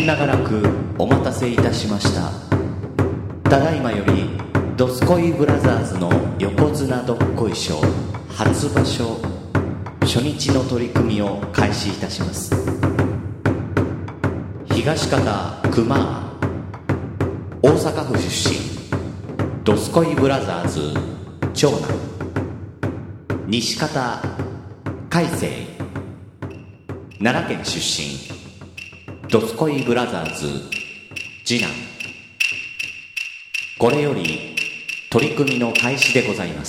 長らくお待たせいたしました。ただいまよりどすこいブラザーズの横綱どっこいしょ初場所初日の取り組みを開始いたします。東方熊大阪府出身どすこいブラザーズ長男、西方海星奈良県出身どすこいブラザーズ次男。これより取り組みの開始でございます。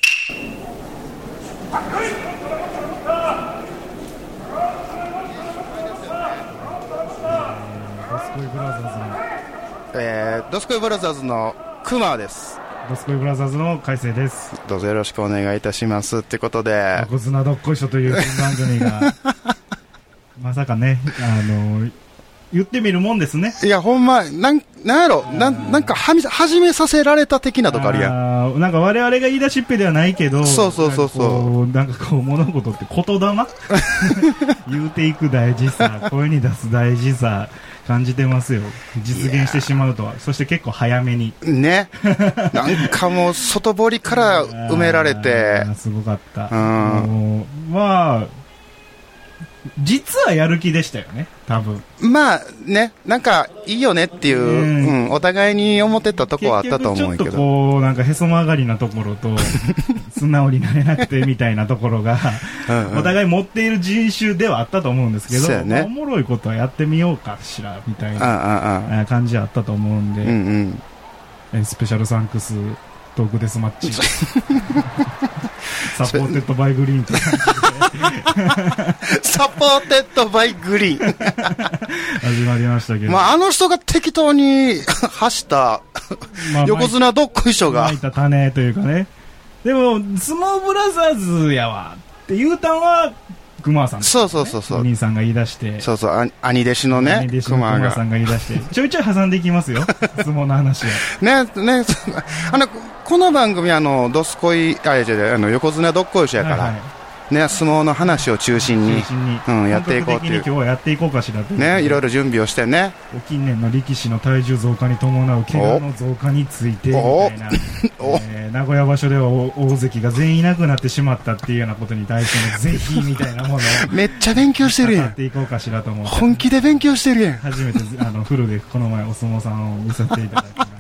どすこいブラザーズの熊です。 どすこいブラザーズの海星です。 どうぞよろしくお願いいたします。ってことで横綱どっこいしょという新番組がまさかね、言ってみるもんですね。 いやほんまなんやろなんか始めさせられた的なとこあるやん。 なんか我々が言い出しっぺではないけど、 そうなんかこう物事って言霊言うていく大事さ、声に出す大事さ感じてますよ。実現してしまうとは。そして結構早めにねなんかもう外堀から埋められてすごかった。まあ実はやる気でしたよね、多分。まあね、なんかいいよねっていう、お互いに思ってたとこはあったと思うけど、 ちょっとこうなんかへそ曲がりなところと素直になれなくてみたいなところがお互い持っている人種ではあったと思うんですけど、おもろいことはやってみようかしらみたいな感じはあったと思うんで、スペシャルサンクストークデスマッチサポーテッドバイグリーンって感じでサポーテッドバイグリーン始まりましたけど、 あの人が適当に発した横綱どっこいしょがまいた種というかね。でも相撲ブラザーズやわって言うたんは熊さん、ね、 そうお兄さんが言い出して、 兄弟子のね熊さんが言い出してちょいちょい挟んでいきますよ相撲の話はねこの番組どすこい横綱どっこいしやから、ね、相撲の話を中心にやっていこうっていう。 今日はやっていこうかしらとね、いろいろ準備をしてね。 近年の力士の体重増加に伴う怪我の増加についてみたいな、名古屋場所では大関が全員いなくなってしまったっていうようなことに対しての是非みたいなものをめっちゃ勉強してるやん。 やっていこうかしらと思って、 本気で勉強してるやん。 初めてフルでこの前お相撲さんを見せていただきました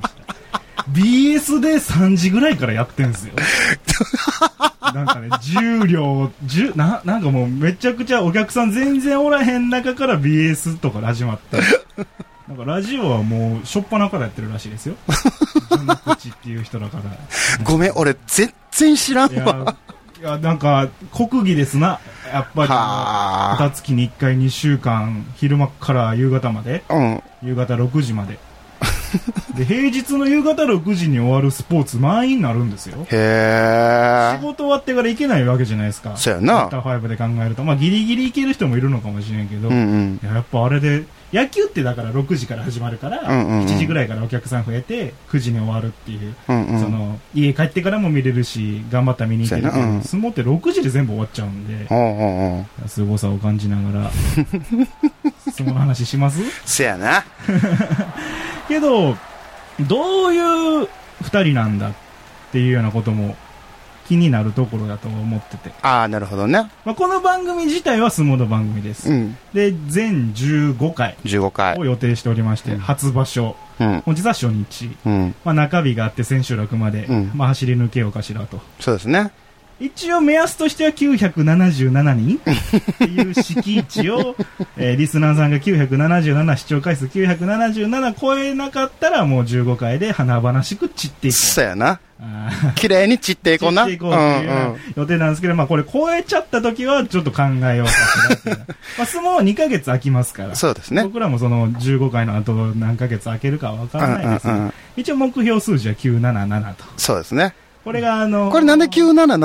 BS で3時ぐらいからやってんすよなんかね、重量なんかもうめちゃくちゃお客さん全然おらへん中から BS とか始まってなんかラジオはもうしょっぱなからやってるらしいですよジョン口っていう人だからごめん、俺全然知らんわ。 いやなんか国技ですな、やっぱり2月に1回2週間昼間から夕方まで、夕方6時までで平日の夕方6時に終わるスポーツ満員になるんですよ。 へー、 仕事終わってから行けないわけじゃないですか。 そうやな。 アフター5で考えると、ギリギリ行ける人もいるのかもしれんけど、やっぱあれで野球ってだから6時から始まるから、7時ぐらいからお客さん増えて9時に終わるっていう、その家帰ってからも見れるし頑張ったら見に行けるけど、相撲って6時で全部終わっちゃうんで、すごさを感じながら相撲の話します？ せやなけどどういう2人なんだっていうようなことも気になるところだと思ってて。 なるほどね。 この番組自体は相撲の番組です、で全15回を予定しておりまして、初場所、本日は初日、中日があって千秋楽まで、走り抜けようかしらと。 そうですね。 一応目安としては977人っていう敷地を、リスナーさんが977、視聴回数977超えなかったらもう15回で華々しく散っていく。 そうやな。綺麗に散っていこうな。 散っていこうっていう予定なんですけど、これ超えちゃった時はちょっと考えようかしらっていう相撲は2ヶ月空きますから、 そうですね。 僕らもその15回の後何ヶ月空けるかは分からないですけど、一応目標数字は977と。 そうですね。 これがこれなんで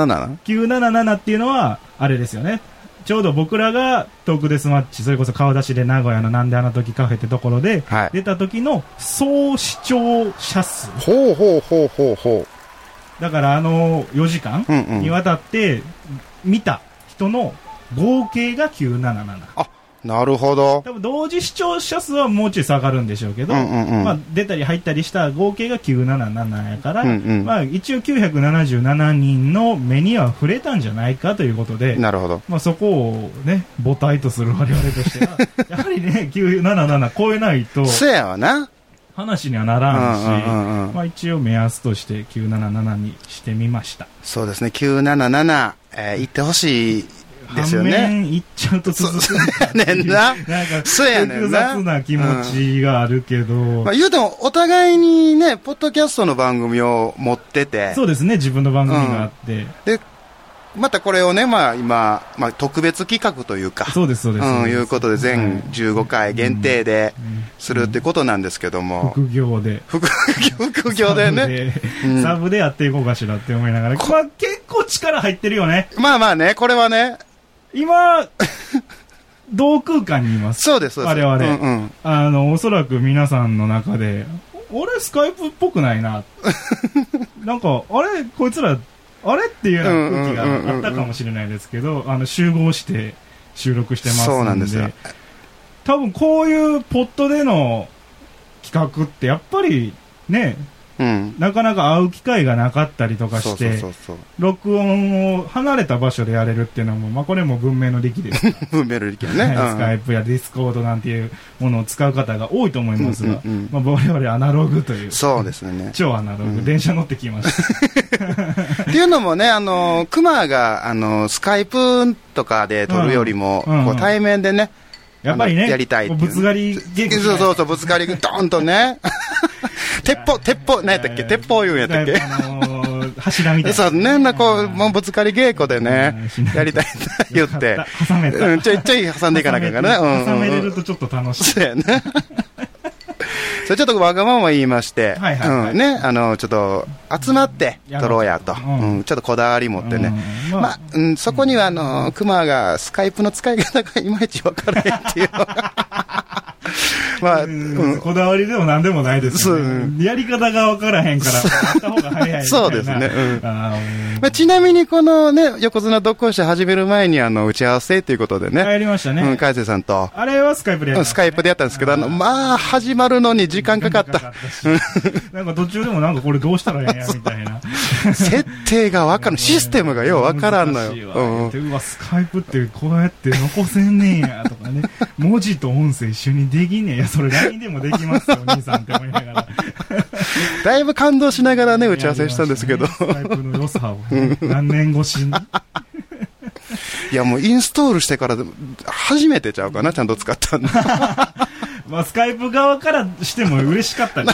977？977 っていうのはあれですよね。ちょうど僕らがトークデスマッチ、それこそ顔出しで名古屋のなんであの時カフェってところで出た時の総視聴者数。だから4時間にわたって見た人の合計が977。 なるほど。 多分同時視聴者数はもうちょい下がるんでしょうけど、まあ、出たり入ったりした合計が977やから、まあ、一応977人の目には触れたんじゃないかということで、 なるほど。 まあ、そこをね、母体とする我々としては、やはりね、977超えないと、 そうやわな。 話にはならんし、まあ、一応目安として977にしてみました。 そうですね、977、言ってほしいですよね。 反面言っちゃうと続くそうやねんな。 なんかそうやねんな。 複雑な気持ちがあるけど、 まあ、言うてもお互いにね、ポッドキャストの番組を持ってて、 そうですね、自分の番組があって、 でまたこれをね、まあ今、まあ、特別企画というか、 そうですそうです、 いうことで全15回限定でするってことなんですけども、 副業でね、 サブでやっていこうかしらって思いながら、まあ、結構力入ってるよね。 まあまあね、これはね、 今同空間にいます。 そうですそうです。 我々、おそらく皆さんの中で、俺スカイプっぽくないな、なんかあれこいつらあれっていうような空気があったかもしれないですけど、集合して収録してますので、 そうなんですよ。 多分こういうポッドでの企画ってやっぱりね、なかなか会う機会がなかったりとかして、録音を離れた場所でやれるっていうのも、まあ、これも文明の利器です文明の利器ね、 スカイプやディスコードなんていうものを使う方が多いと思いますが、まあ、我々アナログという、 そうですね、 超アナログ、電車乗ってきましたっていうのもね、クマがスカイプとかで撮るよりも、こう対面でね、 やっぱりね、 やりたいぶつかり稽古、そうぶつかりドーンとね鉄砲何やったっけ、鉄砲言うんやったっけ、 柱みたいな、 そうね、こうもうぶつかり稽古でねやりたいと言って挟めた、 ちょいちょい挟んでいかなきゃいけないね、 挟めれるとちょっと楽しい、 そうやねそれちょっとわがまま言いまして、ね、ちょっと集まって撮ろうやと、ちょっとこだわり持ってね、まあ、そこにはクマがスカイプの使い方がいまいちわからへんっていうのがまあ、 こだわりでもなんでもないですよね。やり方がわからへんから、やった方が早いみたいな。 そうですね。まあ、ちなみにこのね、横綱読稿者始める前に打ち合わせということでね。 やりましたね。 海星さんと。 あれはスカイプでやった。 スカイプでやったんですけど、まあ、始まるのに時間かかった。 なんか途中でもなんかこれどうしたらええんや、みたいな。 設定がわかる。システムがようわからんのよ。 うわ、スカイプってこうやって残せんねんや、とかね。文字と音声一緒にできんねんや。それ LINE でもできますよ、お兄さんって思いながら。 だいぶ感動しながらね、打ち合わせしたんですけど。 スカイプの良さを、何年越しに。 いや、もうインストールしてから初めてちゃうかな、ちゃんと使ったんだ。 まあ、スカイプ側からしても嬉しかったです、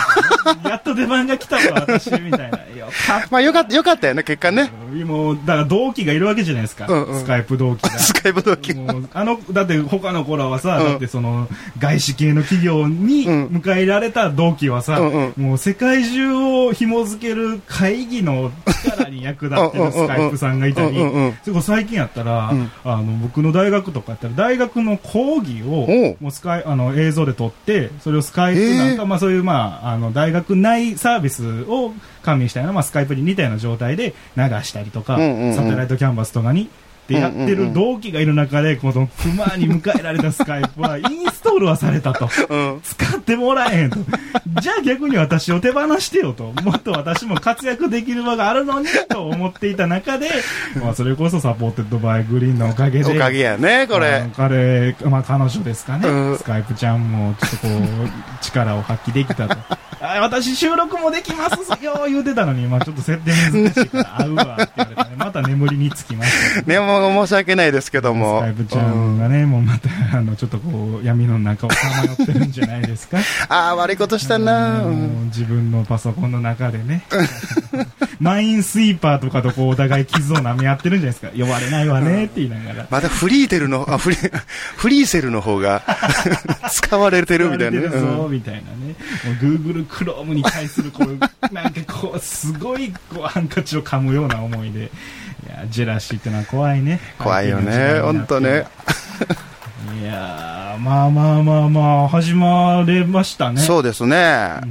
ね、やっと出番が来たわ、私、みたいな。 まあ、よかったよね、結果ね。 もう、だから同期がいるわけじゃないですか。スカイプ同期が。 スカイプ同期もうだって他の頃はさ、だってその、外資系の企業に迎えられた同期はさ、もう世界中を紐づける会議の力に役立ってるスカイプさんがいたり、最近やったら、僕の大学とかやったら、大学の講義を、もう映像で撮って、それをスカイプなんか、まあそういう、まあ、大学内サービスを加入したような、まあスカイプに似たような状態で流したりとか、サテライトキャンバスとかに、ってやってる同期がいる中で、このクマに迎えられたスカイプはインストールはされたと。使ってもらえへんと。じゃあ逆に私を手放してよと。もっと私も活躍できる場があるのにと思っていた中で、まあそれこそサポーテッドバイグリーンのおかげで。 おかげやね、これ。 彼女ですかね。スカイプちゃんもちょっとこう、力を発揮できたと。私収録もできますよ言うてたのに、まあちょっと設定難しいから会うわって言われてね、また眠りにつきました、 ね。もう申し訳ないですけども。 スカイプちゃんがね、もうまたちょっとこう闇の中をさまよってるんじゃないですか。 ああ、悪いことしたな。 自分のパソコンの中でね、マインスイーパーとかとこうお互い傷を舐め合ってるんじゃないですか。呼ばれないわねって言いながら。 まだフリーセルの方が使われてるみたいなね。 みたいなね。Google Chrome に対するこうなんかこうすごいこうハンカチを噛むような思いで、いやジェラシーってのは怖いね。 怖いよね、本当ね。 いやまあ始まれましたね。 そうですね。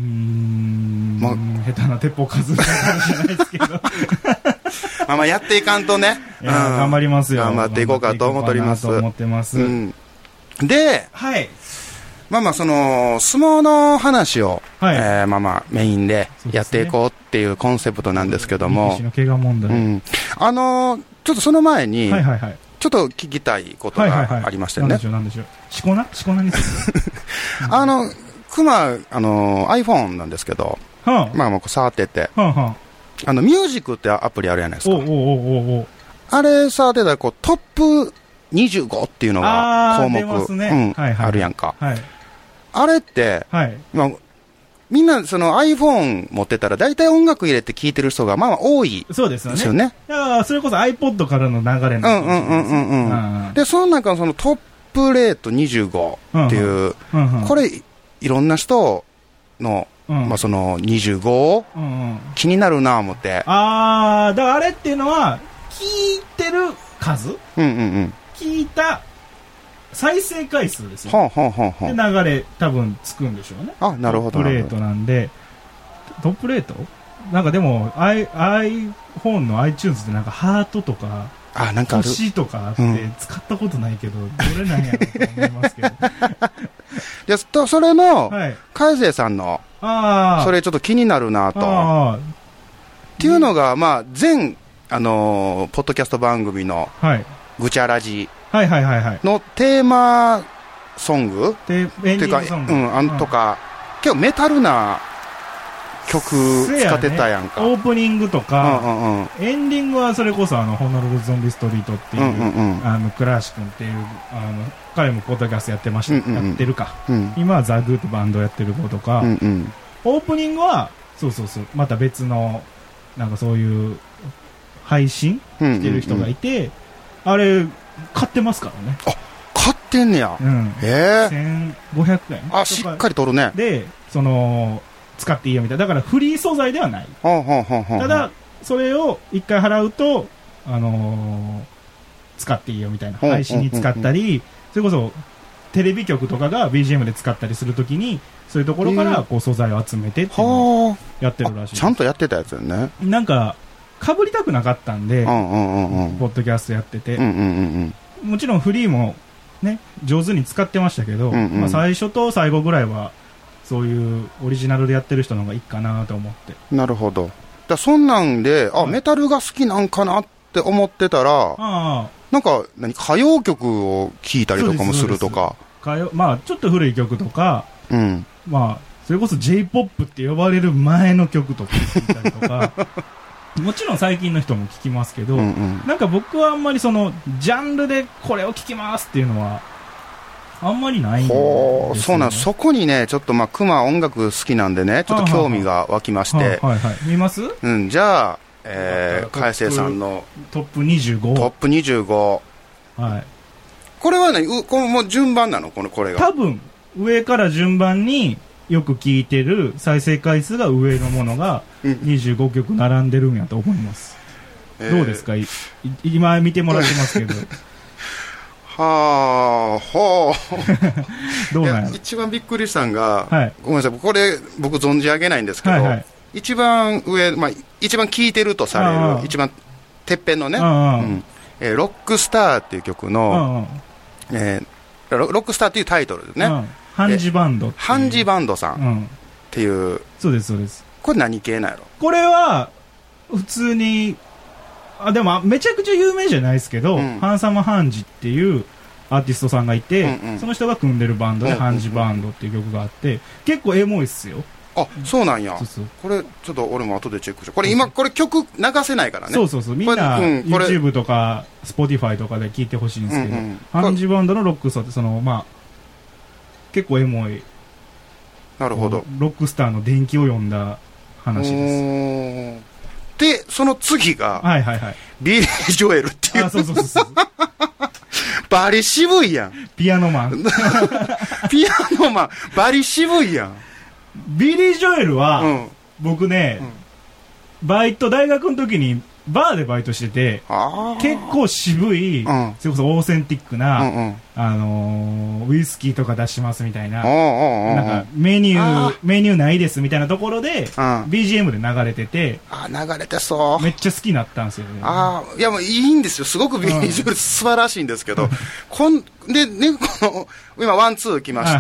下手な鉄砲数えたかもしれないですけど。 まあやっていかんとね。 頑張りますよ。 頑張っていこうかと思っております。 で、 はい。 まあその相撲の話を、はい、まあメインでやっていこうっていうコンセプトなんですけども、 の怪我問題、 ちょっとその前に、はいはいはい、ちょっと聞きたいことがありましてね。 なんでしょう。しこなにするクマ、iPhone なんですけど、まあもう触ってて、ミュージックってアプリあるじゃないですか。あれ触ってたらトップ25っていうのが項目、あるやんか。はい、あれって、はい、まあ、みんなその iPhone 持ってたら大体音楽入れて聴いてる人がまあ多いですよね。そうですよね。 いやそれこそ iPod からの流れなんです。で、その中のそのトップレート25っていう、これいろんな人の、まあその25を気になるなぁ思って。 だからあれっていうのは、聴いてる数聞いた再生回数ですよ、で流れ多分つくんでしょうね。 なるほど。 トップレートなんで、トップレートなんかでも iPhone の iTunes でなんかハートとかなんか星とかあって、使ったことないけどどれなんやろうと思いますけどでそれの海星さんのそれちょっと気になるなとっていうのが、まあ全ポッドキャスト番組のぐちゃらじのテーマソングっていうか、とか結構メタルな曲使ってたやんか。 オープニングとか、エンディングはそれこそホノルルゾンビストリートっていう倉橋君っていう彼もポッドキャストやってました、やってるか、今はザ・グーってバンドやってる子とか、オープニングはそうまた別のなんかそういう配信してる人がいて、あれ買ってますからね。 買ってんねや。 1500円。 しっかり取るね。 で使っていいよみたいな。だからフリー素材ではない。ただそれを1回払うと使っていいよみたいな、配信に使ったり、それこそテレビ局とかが BGM で使ったりするときにそういうところから素材を集めてっていうのをやってるらしい。 ちゃんとやってたやつよね。 なんかかぶりたくなかったんで、ポッドキャストやってて、もちろんフリーもね上手に使ってましたけど、まあ最初と最後ぐらいはそういうオリジナルでやってる人の方がいいかなと思って。 なるほど。そんなんでメタルが好きなんかなって思ってたら、なんか歌謡曲を聴いたりとかもするとか、 まあちょっと古い曲とか、まあそれこそ J-POP って呼ばれる前の曲とか聴いたりとかもちろん最近の人も聞きますけど、なんか僕はあんまりそのジャンルでこれを聞きますっていうのはあんまりないんですよね。 そうなん、そこにねちょっとクマ音楽好きなんでねちょっと興味が湧きまして、 見ます？ じゃあ海星さんのトップ25。 トップ25。これはねこれもう順番なのこれが。 多分上から順番によく聞いてる再生回数が上のものが25曲並んでるんやと思います。どうですか？今見てもらってますけどどうなんやろ。 一番びっくりしたんが、ごめんなさいこれ僕存じ上げないんですけど、一番上、一番聴いてるとされる一番てっぺんのね、ロックスターっていう曲の、ロックスターっていうタイトルですね。 ハンジバンドさんっていう、 そうですこれ何系なんやろ。 これは普通にでもめちゃくちゃ有名じゃないですけど、ハンサムハンジっていうアーティストさんがいて、その人が組んでるバンドでハンジバンドっていう曲があって、結構エモいっすよ。 そうなんや。これちょっと俺も後でチェックして、これ今これ曲流せないからね。 そうみんな YouTube とか Spotify とかで聴いてほしいんですけど、ハンジバンドのロックスターって結構エモい。 なるほど。 ロックスターの伝記を読んだ話です。 でその次がビリー・ジョエルっていう。そうバリ渋いやん。 ピアノマンバリ渋いやん。 ビリー・ジョエルは、僕ね、大学の時にバーでバイトしてて、結構渋い、それこそオーセンティックな、ウイスキーとか出しますみたいな、なんかメニューないですみたいなところで、BGM で流れてて、 流れてそう。 めっちゃ好きになったんですよね。 いやもういいんですよ。すごくビジュアル素晴らしいんですけど、でね、今ワンツー来まして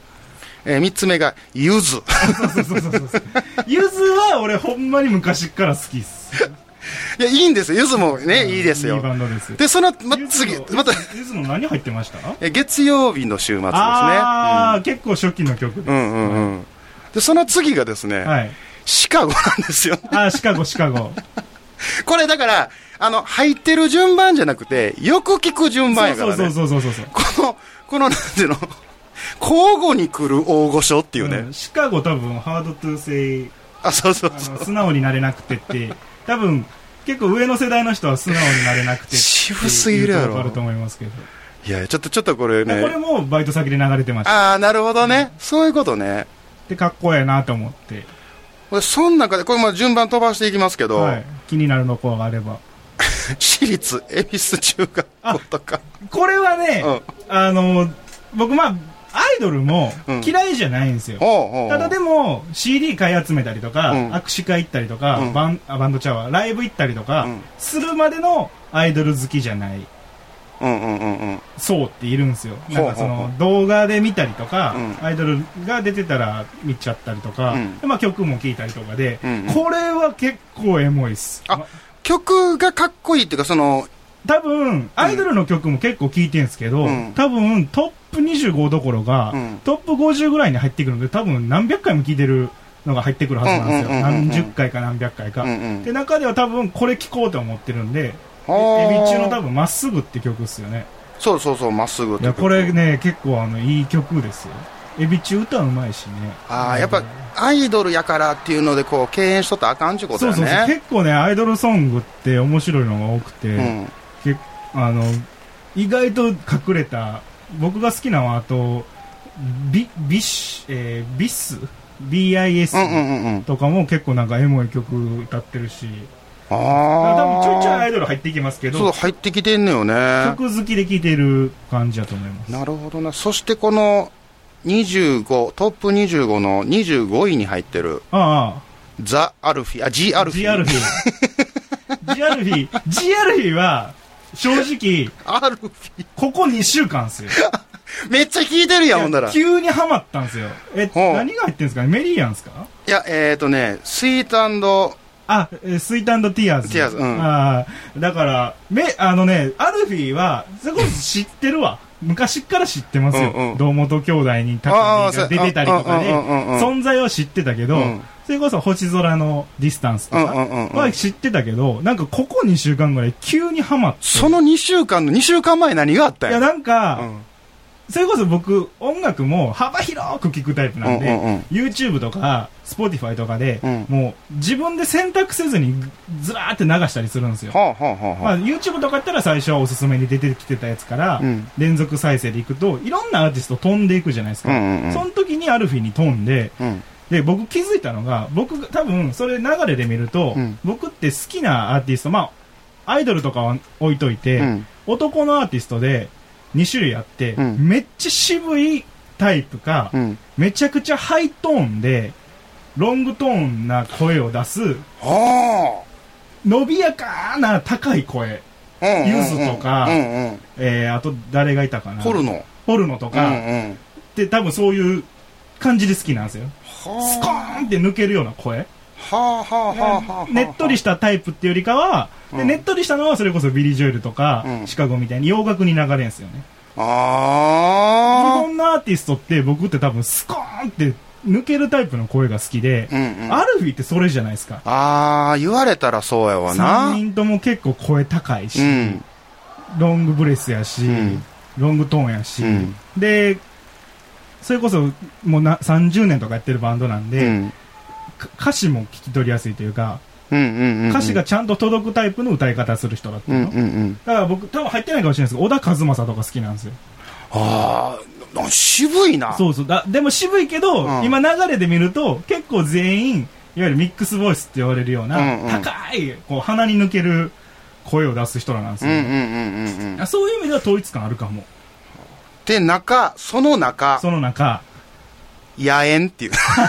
、3つ目が柚子。 柚子は俺ほんまに昔から好きっす。 いや、いいんですよ。柚子もね、いいですよ。 いいバンドです。 で、その、次、また。 柚子の何入ってました？ 月曜日の週末ですね。 結構初期の曲です。 で、その次がですね、シカゴなんですよ。 シカゴ。 これだから、入ってる順番じゃなくて、よく聞く順番やからね。 そう。 この、なんていうの、交互に来る大御所っていうね。 シカゴ多分、ハードトゥーセイ。 そう。 素直になれなくてって、多分、結構上の世代の人は素直になれなくて。 渋すぎるやろ。 あると思いますけど。 いや、ちょっとこれね。 これもバイト先で流れてました。 なるほどね。そういうことね。 で、かっこええなと思って。 その中で、これも順番飛ばしていきますけど。 気になるの子があれば。 私立恵比寿中学校とか。 これはね、僕アイドルも嫌いじゃないんですよ。ただでも CD 買い集めたりとか、握手会行ったりとか、バンドちゃうわ、ライブ行ったりとか、するまでのアイドル好きじゃない。そうっているんですよ。なんかその動画で見たりとか、アイドルが出てたら見ちゃったりとか、曲も聴いたりとかで、これは結構エモいっす。 曲がかっこいいっていうか、 多分アイドルの曲も結構聴いてるんですけど、多分トップ25どころが、トップ50ぐらいに入ってくるので、多分何百回も聴いてるのが入ってくるはずなんですよ。何十回か何百回か。で、中では多分これ聴こうと思ってるんで、エビ中の多分まっすぐって曲っすよね。 そう、まっすぐって曲。 これね、結構いい曲ですよ。エビ中歌うまいしね。 やっぱアイドルやからっていうので敬遠しとったらあかんちゅうことだよね。 そう結構ね、アイドルソングって面白いのが多くて、意外と隠れた、僕が好きなのは、あとビス BIS とかも結構なんかエモい曲歌ってるし、多分ちょいちょいアイドル入ってきますけど、 入ってきてんのよね。 曲好きで聴いてる感じだと思います。 なるほどな。そしてこの25、トップ25の25位に入ってるザ・アルフィ、G アルフィ。G アルフィは正直ここ2週間ですよ。 めっちゃ聴いてるやん。ほんだら急にハマったんですよ。何が入ってるんですかね。メリーやんですか。 いや、スイート& スイート&ティアーズ。だからアルフィはそれこそ知ってるわ。昔から知ってますよ。堂本兄弟に高見が出てたりとかで存在は知ってたけど、それこそ星空のディスタンスとかは知ってたけど、なんかここ2週間ぐらい急にハマって。 その2週間の2週間前何があったんや。 いや、なんかそれこそ僕音楽も幅広く聴くタイプなんで、YouTube とか Spotify とかで、もう自分で選択せずにずらーって流したりするんですよ。YouTube とかやったら最初はおすすめに出てきてたやつから、連続再生でいくといろんなアーティスト飛んでいくじゃないですか。その時にアルフィに飛んで、で僕気づいたのが、僕多分それ流れで見ると、僕って好きなアーティスト、アイドルとかは置いといて、男のアーティストで2種類あって、めっちゃ渋いタイプか、めちゃくちゃハイトーンでロングトーンな声を出す、伸びやかな高い声、ゆずとか、あと誰がいたかな、ホルノとか、で多分そういう感じで好きなんですよ。スコーンって抜けるような声、ねっとりしたタイプっていうよりかは、でねっとりしたのはそれこそビリー・ジョエルとか、シカゴみたいに洋楽に流れるんですよね。日本のアーティストって僕って多分スコーンって抜けるタイプの声が好きで、アルフィってそれじゃないですか。 言われたらそうやわな。 3人とも結構声高いし、ロングブレスやし、ロングトーンやし、でそれこそもう30年とかやってるバンドなんで、歌詞も聞き取りやすいというか、歌詞がちゃんと届くタイプの歌い方する人だったの。だから僕多分入ってないかもしれないですけど、小田和正とか好きなんですよ。 渋いな。 そうでも渋いけど、今流れで見ると結構全員ゆるミックスボイスって言われるような、高いこう鼻に抜ける声を出す人らなんですよ。そういう意味では統一感あるかも。 で、その中、 野猿っていう。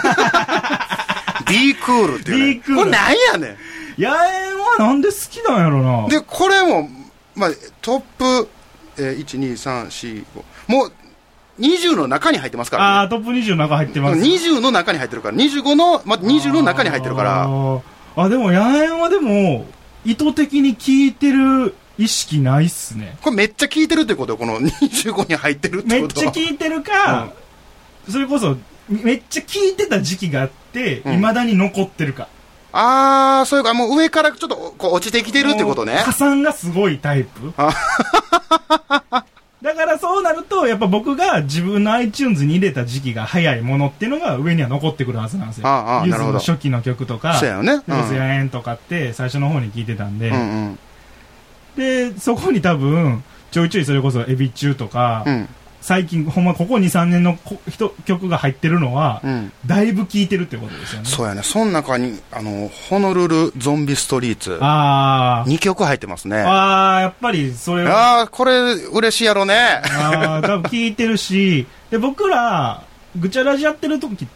ビークールっていう、ね。これなんやねん。 野猿はなんで好きなんやろな。 で、これも、まあ、トップ、1、2、3、4、5。もう、20の中に入ってますからね。 トップ20の中入ってます。 20の中に入ってるから。25の、まあ、20の中に入ってるから。 でも、野猿はでも、意図的に聞いてる意識ないっすね。 これめっちゃ聞いてるってことよ、この25に入ってるってことは。 めっちゃ聞いてるか、それこそ、めっちゃ聞いてた時期があって、未だに残ってるか。 そういうか、もう上からちょっとこう落ちてきてるってことね。 加算がすごいタイプ。だからそうなると、やっぱ僕が自分の iTunes に入れた時期が早いものっていうのが上には残ってくるはずなんですよ。ゆずの初期の曲とか、 そうやね。 ゆずやえんとかって最初の方に聞いてたんで、で、そこに多分、ちょいちょいそれこそエビ中とか、最近、ほんまここ2、3年の曲が入ってるのは、だいぶ聴いてるってことですよね。 そうやね。その中に、ホノルルゾンビストリート。2曲入ってますね。 やっぱりそれは。 これ嬉しいやろね。 多分聴いてるし、で、僕ら、ぐちゃらじやってる時って、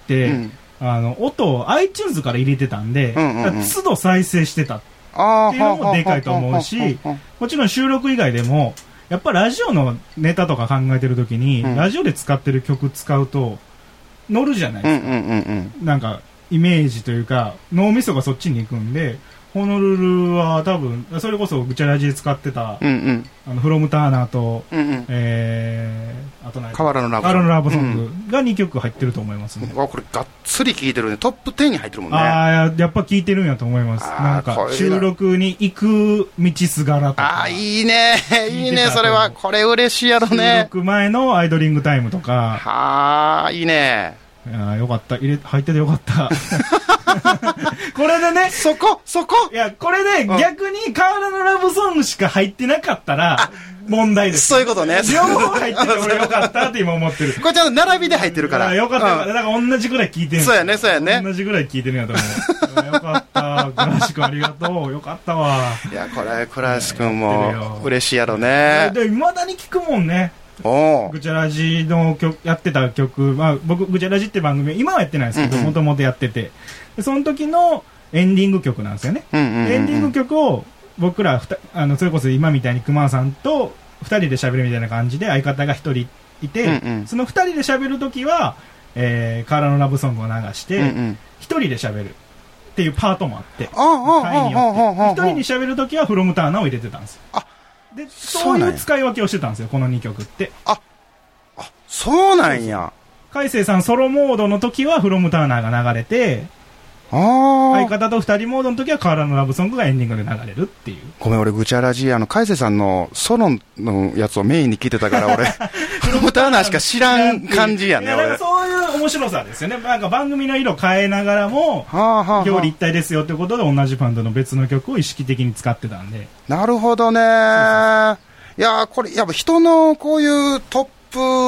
音を iTunes から入れてたんで、都度再生してたっていうのもでかいと思うし、もちろん収録以外でも、やっぱラジオのネタとか考えてるときに、ラジオで使ってる曲使うと乗るじゃないですか。なんかイメージというか脳みそがそっちに行くんで、ホノルルは多分それこそぐちゃラジで使ってた、フロムターナーと、あと何河原のラブソングが2曲入ってると思いますね。 これがっつり聴いてるね。トップ10に入ってるもんね。 やっぱ聴いてるんやと思います。なんか収録に行く道すがらとか。 いいねいいね。それはこれ嬉しいやろね。 収録前のアイドリングタイムとか。 いいね。 よかった。入っててよかった。これでね。 そこいや、これで逆に河原のラブソングしか入ってなかったら、問題です。 そういうことね。 両方入ってて俺よかったって今思ってる。 これちゃんと並びで入ってるから。 よかった。だから同じぐらい聞いてる。 そうやね。 同じぐらい聞いてるんやと思う。よかった。クラシ君ありがとう。よかったわ。 いや、これ、クラシ君も嬉しいやろね。 で、未だに聞くもんね。ぐちゃらじの曲やってた曲、僕ぐちゃらじって番組今はやってないですけど、もともとやってて、その時のエンディング曲なんですよね。エンディング曲を僕らそれこそ今みたいに熊さんと2人で喋るみたいな感じで相方が1人いて、その2人で喋る時は河原のラブソングを流して、1人で喋るっていうパートもあって、回によって1人に喋る時はフロムターナーを入れてたんですよ。で、そういう使い分けをしてたんですよ、この2曲って。 そうなんや。 海星さんソロモードの時はフロムターナーが流れて、相方と2人モードの時は河原のラブソングがエンディングで流れるっていう。 ごめん、俺ぐちゃらじ海星さんのソロのやつをメインに聞いてたから俺フロムターナーしか知らん感じやね。俺そういう面白さですよね。なんか番組の色変えながらも表裏一体ですよってことで同じバンドの別の曲を意識的に使ってたんで。 なるほどね。いやこれやっぱ人のこういうトップ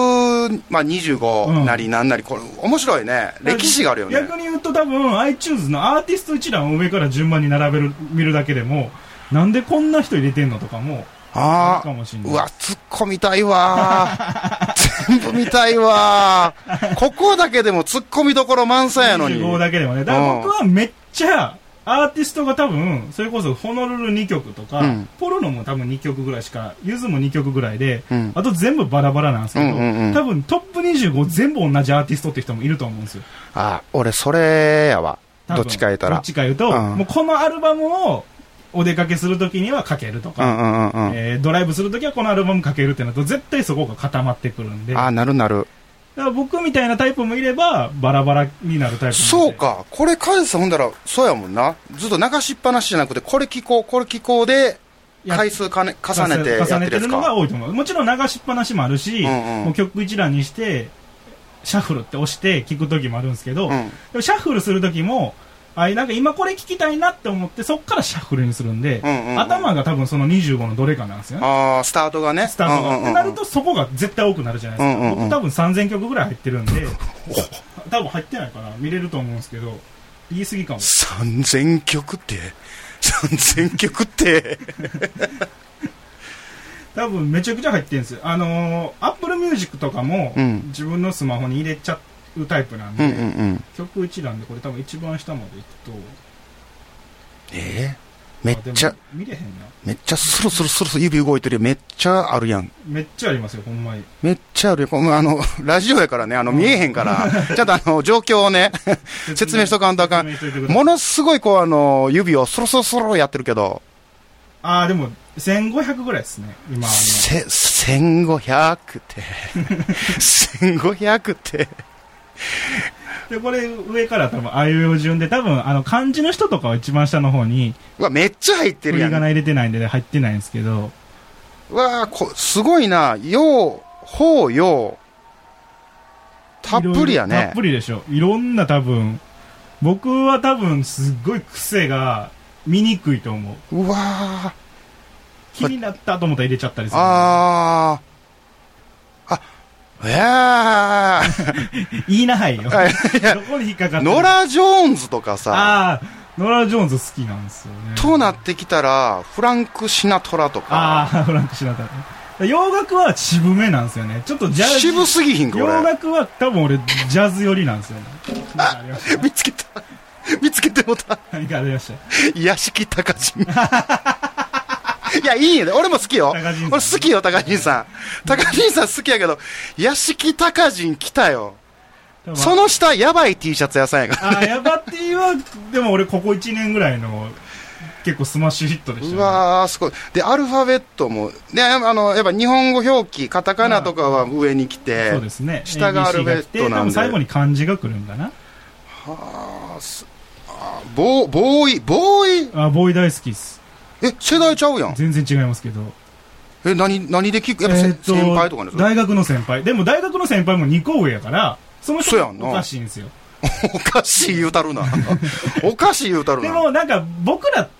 25なりなんなり、これ面白いね。歴史があるよね。 逆に言うと多分 iTunes のアーティスト一覧を上から順番に並べる見るだけでも、なんでこんな人入れてんのとかもあるかもしれない。 うわ、突っ込みたいわ全部見たいわここだけでも突っ込みどころ満載やのに。 25だけでもね。だから僕はめっちゃアーティストが多分それこそホノルル2曲とか、ポルノも多分2曲ぐらいしか、ユズも2曲ぐらいで、あと全部バラバラなんですけど、多分トップ25全部同じアーティストって人もいると思うんですよ。 俺それやわ。どっちか言うたら。 どっちか言うと、もうこのアルバムをお出かけするときにはかけるとか、ドライブするときはこのアルバムかけるってなると絶対そこが固まってくるんで。 なる。 だから僕みたいなタイプもいればバラバラになるタイプもいて。 そうか。これカイさんほんだらそうやもんな。ずっと流しっぱなしじゃなくてこれ聞こうで回数重ねてやってるやつか。重ねてるのが多いと思う。もちろん流しっぱなしもあるし、もう曲一覧にしてシャッフルって押して聞く時もあるんですけど、でもシャッフルする時もなんか今これ聞きたいなって思ってそっからシャッフルにするんで、頭が多分その25のどれかなんですよね。 スタートがね。 ってなるとそこが絶対多くなるじゃないですか。僕多分3000曲ぐらい入ってるんで多分入ってないかな、見れると思うんですけど、 言い過ぎかも。 3000曲って多分めちゃくちゃ入ってるんですよ。Apple Music とかも、自分のスマホに入れちゃうタイプなんで、曲一覧でこれ多分一番下までいくとめっちゃ見れへんな。 めっちゃスルスル指動いてるよ。めっちゃあるやん。 めっちゃありますよ、ほんまに。 めっちゃあるよ。ラジオやからね、見えへんから、ちゃんと状況をね、説明しとかんとあかん。ものすごい指をスルスルスルやってるけど。 でも、1500ぐらいですね、今。 1500って。1500って。 で、これ上から多分あいうえお順で、多分漢字の人とかは一番下の方に、 うわ、めっちゃ入ってるやん。 振り仮名入れてないんで、入ってないんですけど。 うわすごいな。よう、ほう、よう。たっぷりやね。 たっぷりでしょ。いろんな多分、僕は多分すっごい癖が見にくいと思う。 うわ気になったと思ったら入れちゃったりする。言いなはいよ。どこに引っかかってノラ・ジョーンズとかさ。 ノラ・ジョーンズ好きなんですよね。 となってきたら、フランク・シナトラとか。 フランク・シナトラ。洋楽は渋めなんですよね。ちょっとジャズ。 渋すぎひんか、 洋楽は多分俺、ジャズ寄りなんですよね。 見つけてもた。 何かありました。 屋敷隆人。いや、いいよね。俺も好きよ。俺好きよ、高人さん。高人さん好きやけど、屋敷隆人来たよ。その下、やばい T シャツ屋さんやから、 ね。やば T は、でも俺ここ1年ぐらいの、結構スマッシュヒットでした、ね。 うわー、すごい。で、アルファベットも、で、やっぱ日本語表記、カタカナとかは上に来て、 そうですね。 下がアルファベットなんで。 最後に漢字が来るんだな。 ボーイボーイ大好きっす。 世代ちゃうやん。 全然違いますけど。 何で聞く？やっぱ先輩とかね。 大学の先輩。でも大学の先輩も2個上やから、その人おかしいんですよ。 おかしい言うたるな。おかしい言うたるな。 でもなんか僕らって、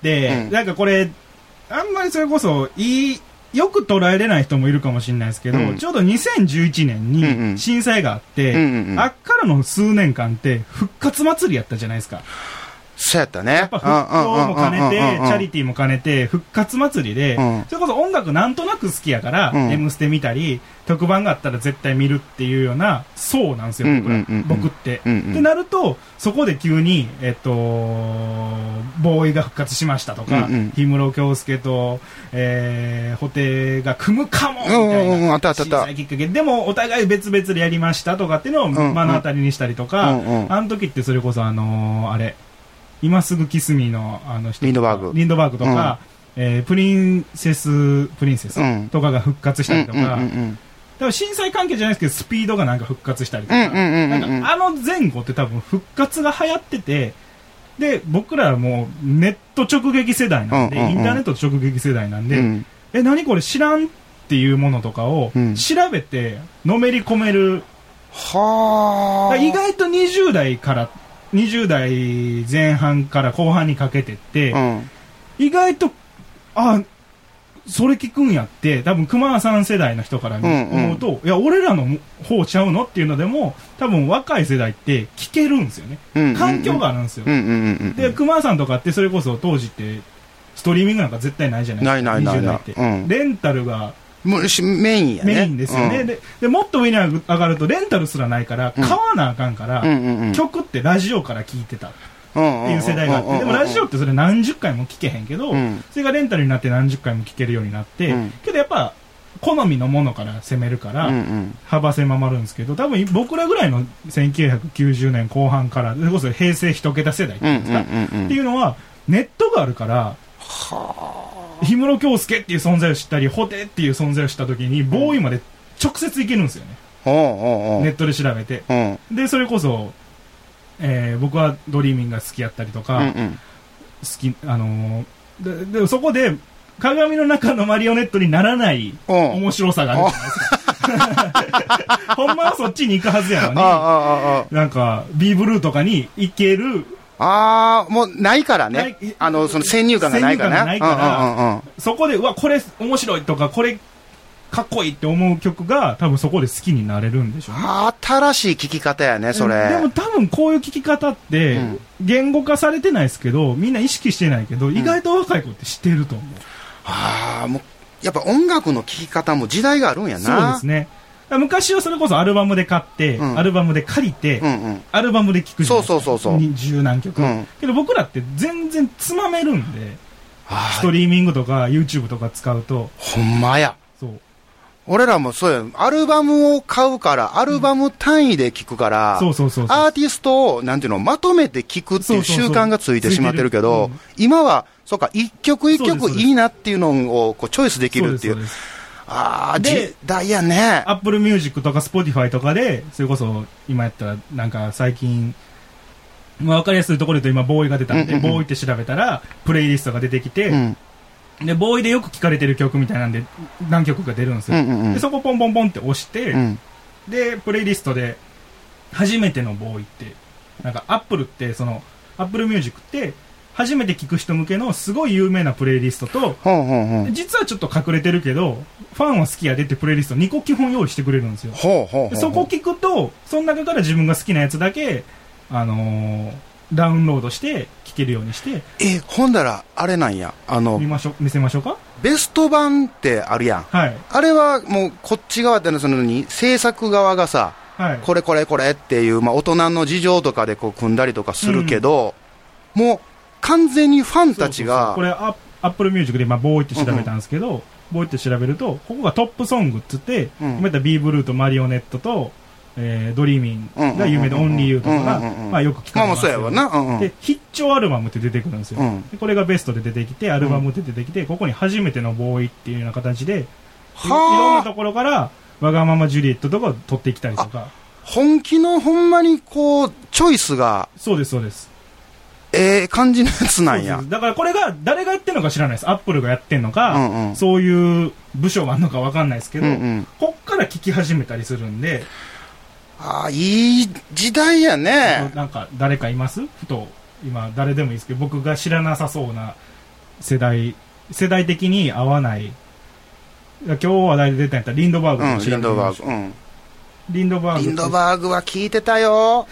なんかこれ、あんまりそれこそよく捉えれない人もいるかもしれないですけど、ちょうど2011年に震災があって、あっからの数年間って復活祭りやったじゃないですか。 そうやったね。 やっぱ復興も兼ねて、チャリティーも兼ねて、復活祭りで、それこそ音楽なんとなく好きやから、M ステ見たり、特番があったら絶対見るっていうような層なんですよ、僕って。ってなると、そこで急に、ボーイが復活しましたとか、氷室京介と、布袋が組むかもみたいな。震災きっかけ。でも、お互い別々でやりましたとかっていうのを目の当たりにしたりとか、あの時ってそれこそあれ、今すぐキスミーの人リンドバーグとか、プリンセスとかが復活したりとか、多分震災関係じゃないですけどスピードがなんか復活したりとか、前後って多分復活が流行ってて、で僕らはもうネット直撃世代なんで、インターネット直撃世代なんで、何これ知らんっていうものとかを調べてのめり込める、意外と20代前半から後半にかけてって、意外とそれ聞くんやって多分熊さん世代の人から思うと、いや俺らの方ちゃうのっていうのでも多分若い世代って聞けるんですよね。環境があるんですよ。で熊さんとかってそれこそ当時ってストリーミングなんか絶対ないじゃないですか。20代って、レンタルがメインやね。 メインですよね。でもっと上に上がるとレンタルすらないから買わなあかんから、曲ってラジオから聴いてたっていう世代があって、でもラジオってそれ何十回も聴けへんけど、それがレンタルになって何十回も聴けるようになって、けどやっぱ好みのものから攻めるから幅狭まるんですけど、多分僕らぐらいの1990年後半からそれこそ平成一桁世代っていうんですか、っていうのはネットがあるから、氷室京介っていう存在を知ったり、ホテっていう存在を知った時にボーイまで直接行けるんですよね。ネットで調べて、でそれこそ、僕はドリーミンが好きやったりとか、でそこで鏡の中のマリオネットにならない面白さがあるじゃないですか。ほんまはそっちに行くはずやのに、なんか B ブルーとかに行ける。 もうないからね。その先入観がないから。 そこで、うわ、これ面白いとか、これかっこいいって思う曲が多分そこで好きになれるんでしょうね。 新しい聴き方やね、それ。 でも多分こういう聴き方って言語化されてないですけど、みんな意識してないけど、意外と若い子って知ってると思う。 もうやっぱ音楽の聴き方も時代があるんやな。 そうですね。昔はそれこそアルバムで買って、アルバムで借りて、アルバムで聴くじゃないですか。そう十何曲、けど僕らって全然つまめるんで、ストリーミングとか YouTube とか使うと。 ほんまや。 そう。 俺らもそうや。アルバムを買うから、アルバム単位で聴くから、アーティストを、なんていうの、まとめて聴くっていう習慣がついてしまってるけど、今は、そうか、一曲一曲いいなっていうのをこうチョイスできるっていう。時代やね。 Apple Music とか Spotify とかで、それこそ今やったら、なんか最近、わかりやすいところで言うと今、ボーイが出たんで、ボーイって調べたら、プレイリストが出てきて、で、ボーイでよく聴かれてる曲みたいなんで、何曲か出るんですよ。で、そこポンポンポンって押して、で、プレイリストで、初めてのボーイって、なんか Apple って、Apple Music って、初めて聴く人向けのすごい有名なプレイリストと、実はちょっと隠れてるけど、ファンは好きやでってプレイリスト2個基本用意してくれるんですよ。そこ聞くと、その中から自分が好きなやつだけ、ダウンロードして聴けるようにして。 ほんだら、あれなんや。 見せましょうか。 ベスト版ってあるやん。 はい。 あれはもうこっち側ってのに、制作側がさ、これっていう、大人の事情とかでこう組んだりとかするけど、もう、完全にファンたちが。 これ、Apple Music でボーイって調べたんですけど、ボーイって調べると、ここがトップソングっつって、今言ったビーブルーとマリオネットと、ドリーミンが有名で、オンリーユーとかが、よく聞かれますよ。で、必聴アルバムって出てくるんですよ。でこれがベストで出てきて、アルバムで出てきて、ここに初めてのボーイっていうような形で、いろんなところから、わがままジュリエットとかを取ってきたりとか。 本気のほんまにこう、チョイスが。 そうです、そうです。 感じのやつなんや。 だからこれが誰がやってんのか知らないです。アップルがやってんのか、そういう部署があるのか分かんないですけど、こっから聞き始めたりするんで。 いい時代やね。 なんか誰かいますふと、今誰でもいいですけど、僕が知らなさそうな世代的に合わない。今日話題で出たんやったらリンドバーグとリンドバーグ。 リンドバーグは聞いてたよ。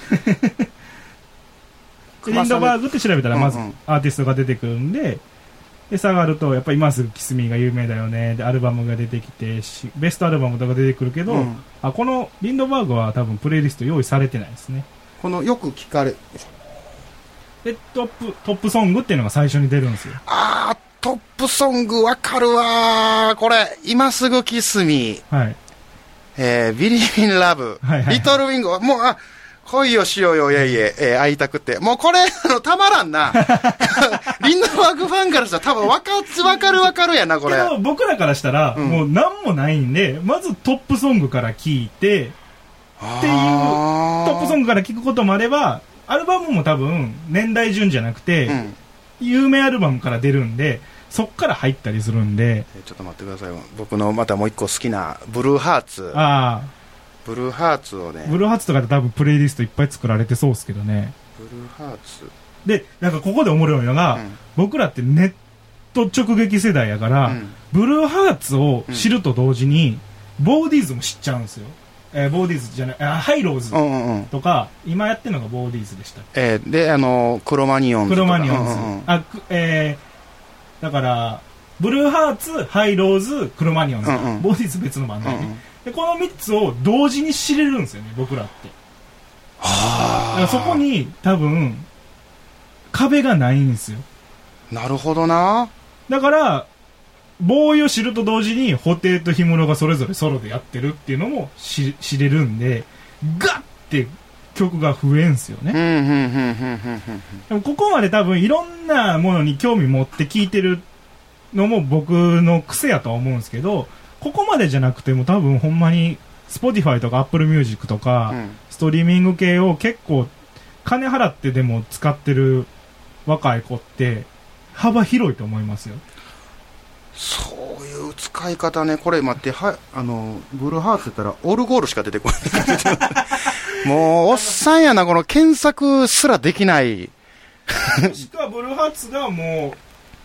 リンドバーグって調べたらまずアーティストが出てくるんで、下がるとやっぱり今すぐキスミーが有名だよねでアルバムが出てきてベストアルバムとか出てくるけど、このリンドバーグは多分プレイリスト用意されてないですね。 このよく聞かれでトップソングっていうのが最初に出るんですよ。 トップソングわかるわこれ今すぐキスミー、ビリー・イン・ラブ、リトル・ウィング、もう恋をしようよ、会いたくて。もうこれ、たまらんな。リンドバーグファンからしたら多分わかるやな、これ。 けど僕らからしたら、もう何もないんで、まずトップソングから聴いて、っていう、トップソングから聴くこともあれば、アルバムも多分、年代順じゃなくて、有名アルバムから出るんで、そっから入ったりするんで。 ちょっと待ってください。僕のまたもう一個好きな、ブルーハーツ。ブルーハーツをね。 ブルーハーツとかで多分プレイリストいっぱい作られてそうですけどね。 ブルーハーツ。 で、なんかここでおもろいのが、僕らってネット直撃世代やから、ブルーハーツを知ると同時に、ボーディーズも知っちゃうんですよ。ボーディーズじゃない、ハイローズとか、今やってるのがボーディーズでした。 で、クロマニオンズとか。 クロマニオンズ。だから、ブルーハーツ、ハイローズ、クロマニオンズ。ボーディーズ別の番組。でこの3つを同時に知れるんですよね、僕らって。だからそこに多分壁がないんですよ。 なるほどな。 だからボーイを知ると同時に布袋と氷室がそれぞれソロでやってるっていうのも知れるんで、ガッて曲が増えんすよね。でもここまで多分いろんなものに興味持って聴いてるのも僕の癖やとは思うんですけど、ここまでじゃなくても多分ほんまに Spotify とか Apple Music とか、ストリーミング系を結構金払ってでも使ってる若い子って幅広いと思いますよ。 そういう使い方ね。これ待って、ブルーハーツって言ったらオルゴールしか出てこないもうおっさんやな、この検索すらできないしかブルーハーツがもう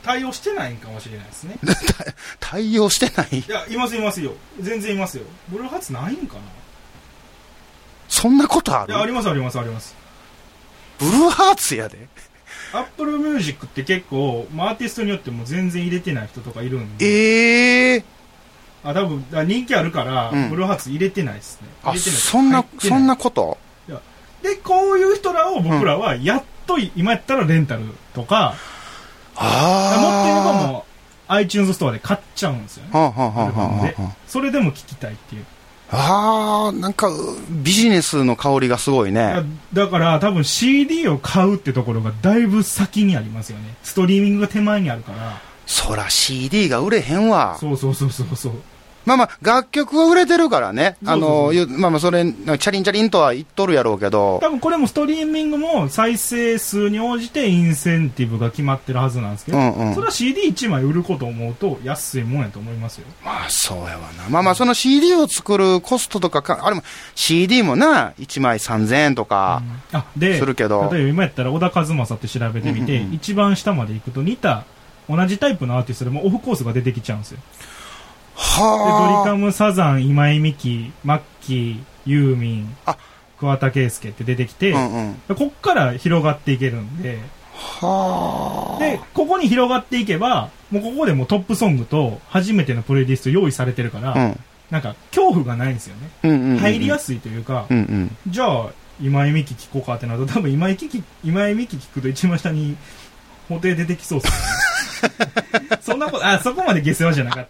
対応してないんかもしれないですね。 対応してない？ いや、いますよ。全然いますよ。ブルーハーツないんかな。 そんなことある？ いや、あります。 ブルーハーツやで。 アップルミュージックって結構、アーティストによっても全然入れてない人とかいるんで。多分人気あるから、ブルーハーツ入れてないですね。 あ、そんなこと？ いや、で、こういう人らを僕らはやっと今やったらレンタルとか、持っていればもう iTunes ストアで買っちゃうんですよね。でそれでも聞きたいっていう。 なんかビジネスの香りがすごいね。 だから多分 CD を買うってところがだいぶ先にありますよね。ストリーミングが手前にあるから。 そら CD が売れへんわ。 そう。 楽曲は売れてるからね。それ、チャリンチャリンとは言っとるやろうけど。 多分これもストリーミングも再生数に応じてインセンティブが決まってるはずなんですけど、それは CD1 枚売ることを思うと安いもんやと思いますよ。 そうやわな。その CD を作るコストとか、あれも CD もな、1枚3000円とかするけど。 例えば今やったら小田和正って調べてみて、一番下まで行くと似た、同じタイプのアーティストでもオフコースが出てきちゃうんですよ。でドリカム、サザン、今井美樹、マッキー、ユーミン、桑田佳祐って出てきて、こっから広がっていけるんで、でここに広がっていけばもうここでもうトップソングと初めてのプレイリスト用意されてるから、なんか恐怖がないんですよね。入りやすいというか、じゃあ今井美樹聴こうかってなると多分今井美樹聴くと一番下に布袋出てきそうですよね。そんなこと、そこまで下世話じゃなかった。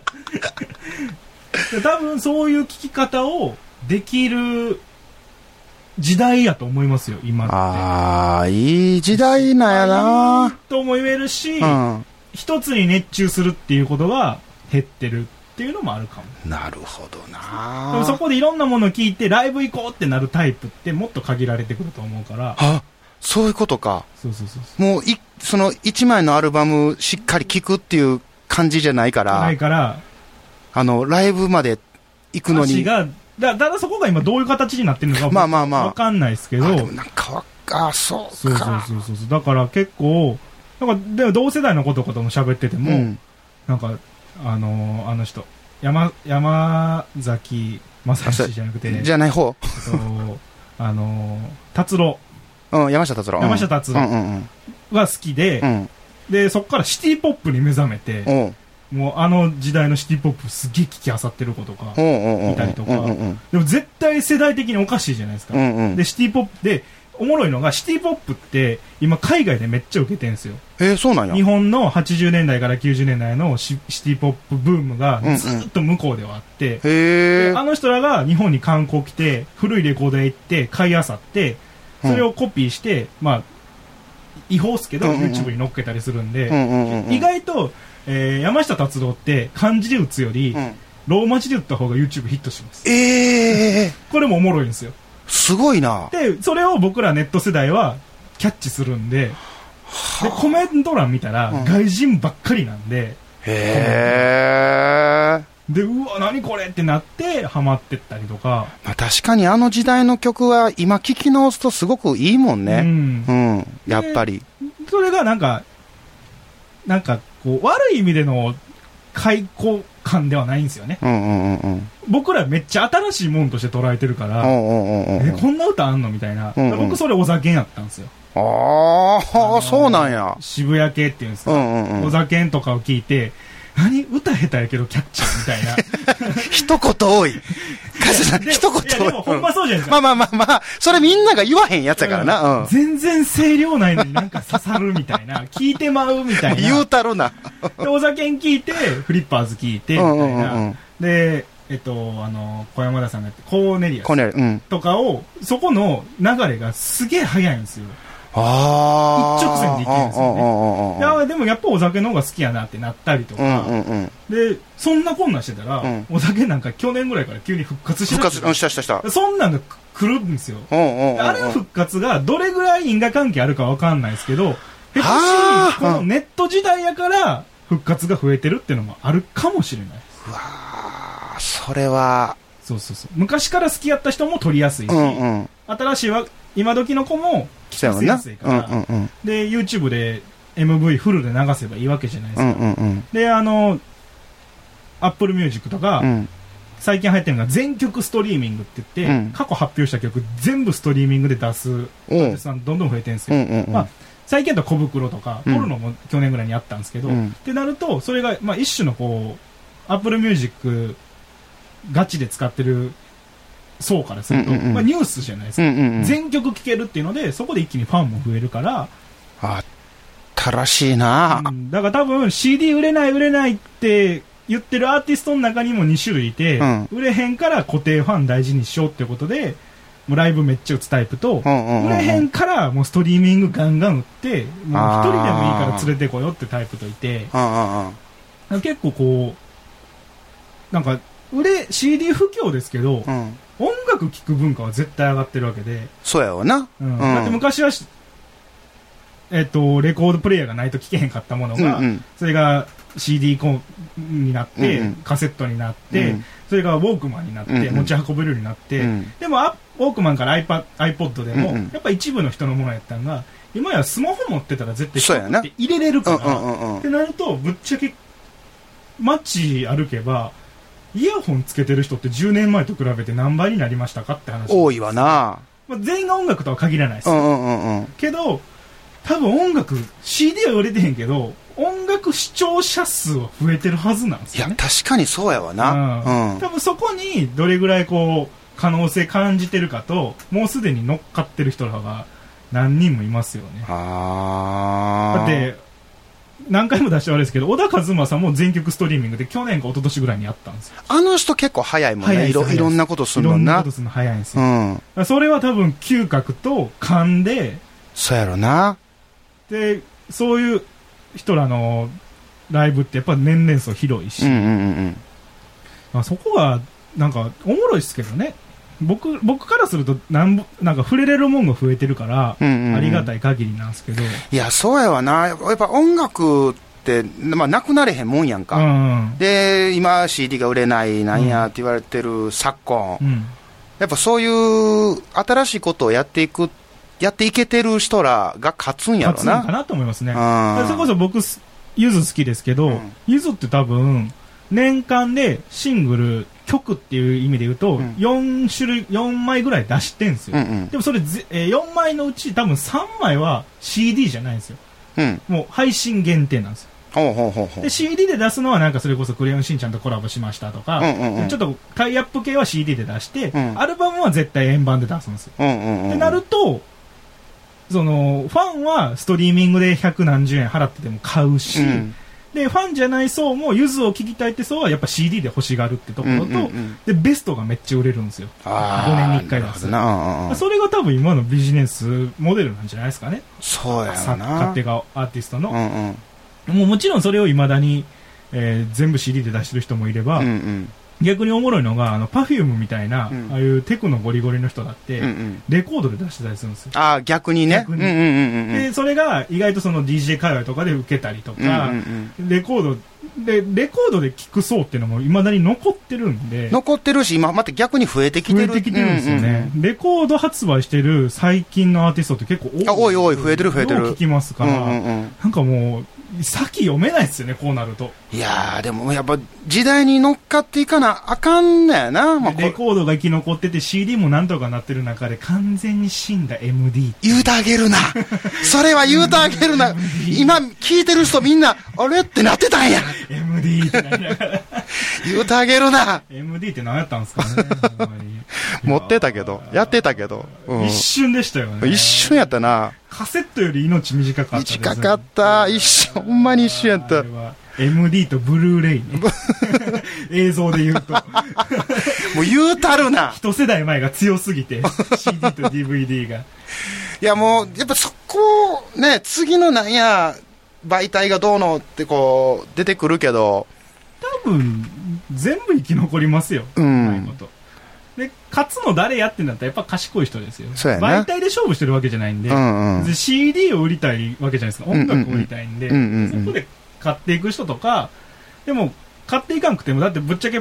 多分そういう聞き方をできる時代やと思いますよ、今って。 いい時代なんやな。 いいとも言えるし、一つに熱中するっていうことが減ってるっていうのもあるかも。なるほどな。 でもそこでいろんなものを聞いてライブ行こうってなるタイプってもっと限られてくると思うから。 そういうことか。 そう。 もうその1枚のアルバムしっかり聴くっていう感じじゃないから。ライブまで行くのに。だそこが今どういう形になってるのかわかんないですけど。 でもなんかそうか。 そう。だから結構、でも同世代の子とかとも喋ってても、なんか、あの人、山崎正義じゃなくてね。 じゃない方達郎。 山下達郎が好きで、で、そこからシティポップに目覚めて、もうあの時代のシティポップすげえ聞きあさってる子とかいたりとか、でも絶対世代的におかしいじゃないですか。で、シティポップで、おもろいのがシティポップって今海外でめっちゃ受けてるんですよ。 そうなんや。 日本の80年代から90年代のシティポップブームがずっと向こうではあって、であの人らが日本に観光来て古いレコード屋行って買いあさってそれをコピーして、違法っすけど YouTube に載っけたりするんで、意外と、山下達郎って漢字で打つより、ローマ字で打った方が YouTube ヒットします。これもおもろいんですよ。 すごいな。 でそれを僕らネット世代はキャッチするんで、コメント欄見たら外人ばっかりなんで、でうわ何これってなってハマってったりとか。 確かにあの時代の曲は今聴き直すとすごくいいもんね。やっぱりそれがなんかこう悪い意味での開口感ではないんですよね。僕らめっちゃ新しいもんとして捉えてるから、こんな歌あんのみたいな。僕それお酒やったんですよ。 そうなんや。 渋谷系っていうんですか。お酒とかを聞いて、歌下手やけどキャッチャーみたいな。 一言多い。カズさん、一言多い。 でもほんまそうじゃないですか。 まあ、それみんなが言わへんやつやからな。 全然声量ないのになんか刺さるみたいな。聞いてまうみたいな。 言うたるな。 で、お酒聞いて、フリッパーズ聞いて、みたいな。で、小山田さんがやって、コーネリアスとかを、そこの流れがすげえ早いんですよ。一直線でいけるんですよね。でもやっぱお酒の方が好きやなってなったりとか、でそんなこんなんしてたら、お酒なんか去年ぐらいから急に復活してしたそんなんが来るんですよ。あれの復活がどれぐらい因果関係あるかわかんないですけど、このネット時代やから復活が増えてるっていうのもあるかもしれないです。 うわー、それはそう昔から好きやった人も取りやすいし、新しい今時の子も聞きやすいから、で YouTube で MV フルで流せばいいわけじゃないですか。で、Apple Music とか、最近流行ってるのが全曲ストリーミングって言って、過去発表した曲全部ストリーミングで出すアーティストさんどんどん増えてるんですよ。まあ最近だと小袋とか、ポルノも去年ぐらいにあったんですけど、ってなると、それが、まあ一種のこう、Apple Music ガチで使ってる層からすると、まあニュースじゃないですか。全曲聴けるっていうので、そこで一気にファンも増えるから、 新しいな、 だから多分 CD 売れないって言ってるアーティストの中にも2種類いて、売れへんから固定ファン大事にしようってことで、もうライブめっちゃ打つタイプと、売れへんからもうストリーミングガンガン打って、もう一人でもいいから連れてこようってタイプといて、結構こう、なんか、CD 不況ですけど、音楽聴く文化は絶対上がってるわけで。 そうやわな。 だって昔は、レコードプレイヤーがないと聴けへんかったものが、それが CD になって、カセットになって、それがウォークマンになって、持ち運べるようになって、でもウォークマンから iPod でも、やっぱ一部の人のものやったのが、今やスマホ持ってたら絶対曲って入れれるから、ってなると、ぶっちゃけ街歩けば、イヤホンつけてる人って10年前と比べて何倍になりましたかって話。 多いわな。 まあ、全員が音楽とは限らないです。けど、多分音楽、CD は売れてへんけど、音楽視聴者数は増えてるはずなんですよね。 いや、確かにそうやわな。 多分そこにどれぐらいこう、可能性感じてるかと、もうすでに乗っかってる人らが何人もいますよね。だって、何回も出してあれですけど、小田和正も全曲ストリーミングで去年か一昨年ぐらいにやったんですよ。 あの人結構早いもんね。いろんなことするのな。 いろんなことするの早いんですよ。それは多分嗅覚と勘で、 そうやろな。 で、そういう人らのライブってやっぱ年齢層広いし、そこがなんかおもろいですけどね。僕からするとなんか触れれるもんが増えてるから、ありがたい限りなんですけど。 いや、そうやわな。やっぱ音楽って、まあ、なくなれへんもんやんか。で、今 CD が売れないなんやって言われてる昨今、やっぱそういう新しいことをやっていけてる人らが勝つんやろな。 勝つんかなと思いますね。それこそ僕、ゆず好きですけど、ゆずって多分、年間でシングル、曲っていう意味で言うと、4枚ぐらい出してんすよ。でもそれ、4枚のうち多分3枚は CD じゃないんですよ。もう配信限定なんですよ。で CD で出すのはなんかそれこそクレヨンしんちゃんとコラボしましたとか、ちょっとタイアップ系は CD で出して、アルバムは絶対円盤で出すんですよ。ってなると、そのファンはストリーミングで100何十円払ってでも買うし、でファンじゃない層もゆずを聴きたいって層はやっぱ CD で欲しがるってところと、でベストがめっちゃ売れるんですよ。5年に1回出す。それが多分今のビジネスモデルなんじゃないですかね。 そうやな。 勝手がアーティストの、もちろんそれをいまだに、全部 CD で出してる人もいれば、逆におもろいのがPerfume みたいな、ああいうテクノゴリゴリの人だって、レコードで出してたりするんですよ。 逆にね。 でそれが意外とその DJ 界隈とかで受けたりとか、レコードで聴く層っていうのもいまだに残ってるんで。 残ってるし、今また逆に増えてきてる。 増えてきてるんですよね。レコード発売してる最近のアーティストって結構多い。増えてる。 聞きますから、なんかもう、先読めないですよね、こうなると。 いやー、でもやっぱ時代に乗っかっていかなあかんねやな。 レコードが生き残ってて CD もなんとかなってる中で完全に死んだ MD。 言うてあげるな。それは言うてあげるな。今聞いてる人みんな、あれってなってたんや。 MD ってなりながら。 言うてあげるな。 MD って何やったんですかね。 持ってたけど、やってたけど。 一瞬でしたよね。 一瞬やったな。 カセットより命短かったです。 短かった。一瞬、ほんまに一瞬やった。 MD とブルーレイね。映像で言うと。もう言うたるな。 一世代前が強すぎて、CD と DVD が。 いやもう、やっぱそこ、ね、次のなんや、媒体がどうのってこう、出てくるけど。 多分、全部生き残りますよ。うまいこと。で、勝つの誰やってんだったらやっぱ賢い人ですよ。 そうやね。 媒体で勝負してるわけじゃないんで、で CD を売りたいわけじゃないですか。音楽を売りたいんで、そこで買っていく人とか、でも買っていかんくても、だってぶっちゃけ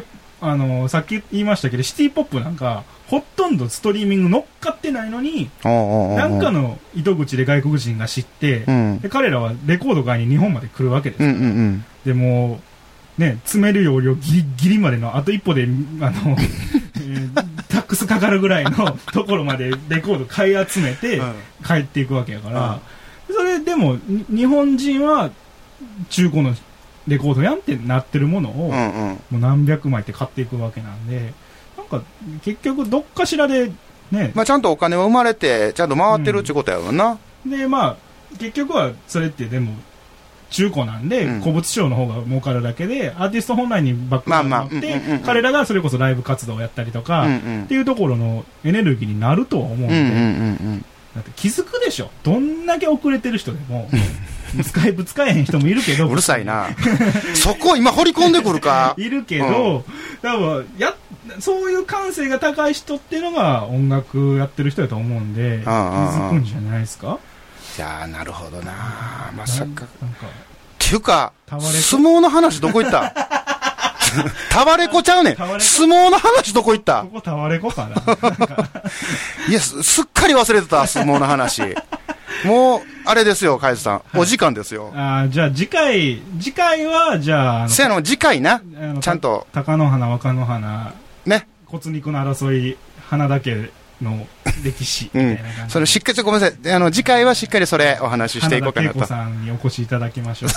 さっき言いましたけど、シティポップなんか、ほとんどストリーミング乗っかってないのに、なんかの糸口で外国人が知って、で彼らはレコード買いに日本まで来るわけですから、でもね、詰める容量ギリギリまでのあと一歩でタックスかかるぐらいのところまでレコード買い集めて帰っていくわけやから、それでも日本人は中古のレコードやんってなってるものをもう何百枚って買っていくわけなんで、なんか結局どっかしらでね、 まあちゃんとお金は生まれてちゃんと回ってるってことやもんな、 でまあ結局はそれってでも中古なんで、古物商の方が儲かるだけで、アーティスト本来にバックが持って彼らがそれこそライブ活動をやったりとか、っていうところのエネルギーになるとは思うんで、だって気づくでしょ、どんだけ遅れてる人でもスカイプ使えへん人もいるけどうるさいなそこ今掘り込んでくるかいるけど、多分そういう感性が高い人っていうのが音楽やってる人だと思うんで、気づくんじゃないですか。 いやー、なるほどな、まさかっていうか相撲の話どこ行ったタワレコちゃうねん、相撲の話どこ行った。 ここタワレコかないや、すっかり忘れてた相撲の話もうあれですよ、海津さん、お時間ですよ。 じゃあ次回はじゃあせやの次回な、ちゃんと貴乃花若乃花ね、 骨肉の争い花だけの歴史みたいな感じで、 それしっかり、ごめんなさい、次回はしっかりそれお話ししていこうかなと。 花田恵子さんにお越しいただきましょう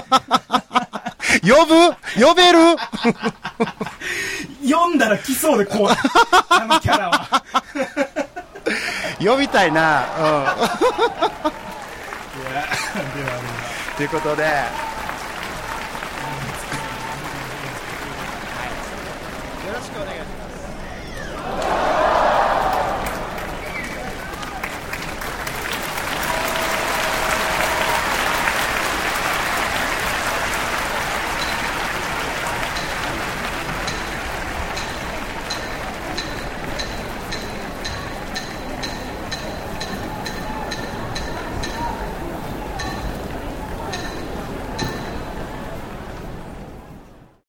呼べる読んだら来そうで怖いあのキャラは呼びたいな、ということで